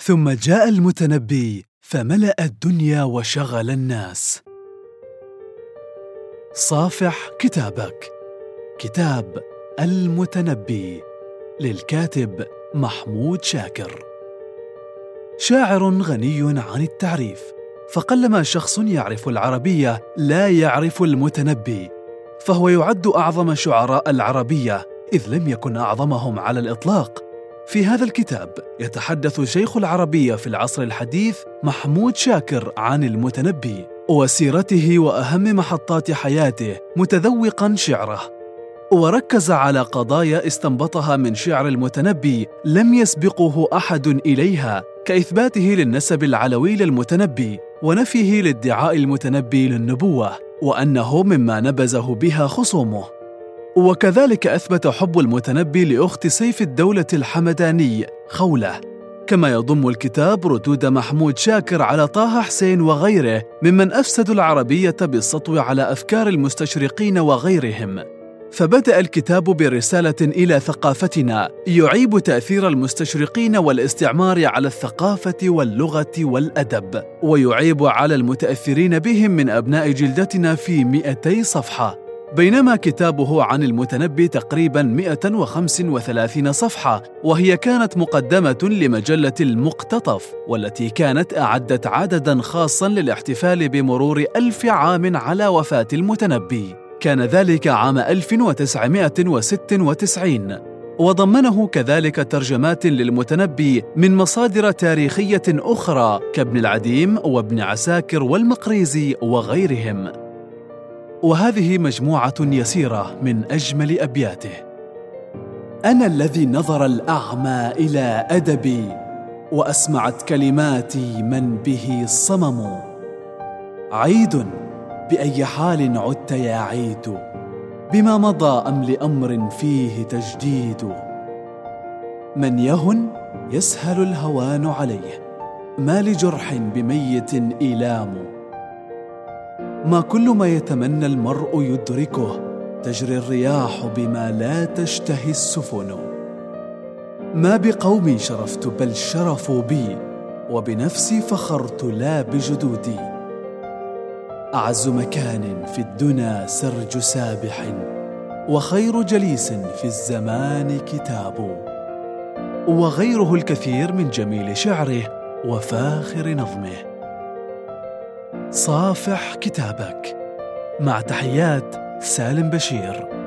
ثم جاء المتنبي فملأ الدنيا وشغل الناس. صافح كتابك. كتاب المتنبي للكاتب محمود شاكر. شاعر غني عن التعريف، فقلما شخص يعرف العربية لا يعرف المتنبي، فهو يعد أعظم شعراء العربية إذ لم يكن أعظمهم على الإطلاق. في هذا الكتاب يتحدث شيخ العربية في العصر الحديث محمود شاكر عن المتنبي وسيرته وأهم محطات حياته، متذوقاً شعره، وركز على قضايا استنبطها من شعر المتنبي لم يسبقه أحد إليها، كإثباته للنسب العلوي للمتنبي ونفيه لادعاء المتنبي للنبوة، وأنه مما نبذه بها خصومه. وكذلك أثبت حب المتنبي لأخت سيف الدولة الحمداني خولة. كما يضم الكتاب ردود محمود شاكر على طه حسين وغيره ممن أفسدوا العربية بالسطو على أفكار المستشرقين وغيرهم. فبدأ الكتاب برسالة إلى ثقافتنا يعيب تأثير المستشرقين والاستعمار على الثقافة واللغة والأدب، ويعيب على المتأثرين بهم من أبناء جلدتنا في 200 صفحة، بينما كتابه عن المتنبي تقريباً 135 صفحة، وهي كانت مقدمة لمجلة المقتطف، والتي كانت أعدت عدداً خاصاً للاحتفال بمرور 1000 عام على وفاة المتنبي. كان ذلك عام 1996، وضمنه كذلك ترجمات للمتنبي من مصادر تاريخية أخرى كابن العديم وابن عساكر والمقريزي وغيرهم. وهذه مجموعة يسيرة من أجمل أبياته. أنا الذي نظر الأعمى إلى أدبي، وأسمعت كلماتي من به صمم. عيد بأي حال عدت يا عيد، بما مضى أم لأمر فيه تجديد. من يهن يسهل الهوان عليه، ما لجرح بميت إيلام. ما كل ما يتمنى المرء يدركه، تجري الرياح بما لا تشتهي السفن. ما بقومي شرفت بل شرفوا بي، وبنفسي فخرت لا بجدودي. أعز مكان في الدنا سرج سابح، وخير جليس في الزمان كتاب. وغيره الكثير من جميل شعره وفاخر نظمه. صافح كتابك. مع تحيات سالم بشير.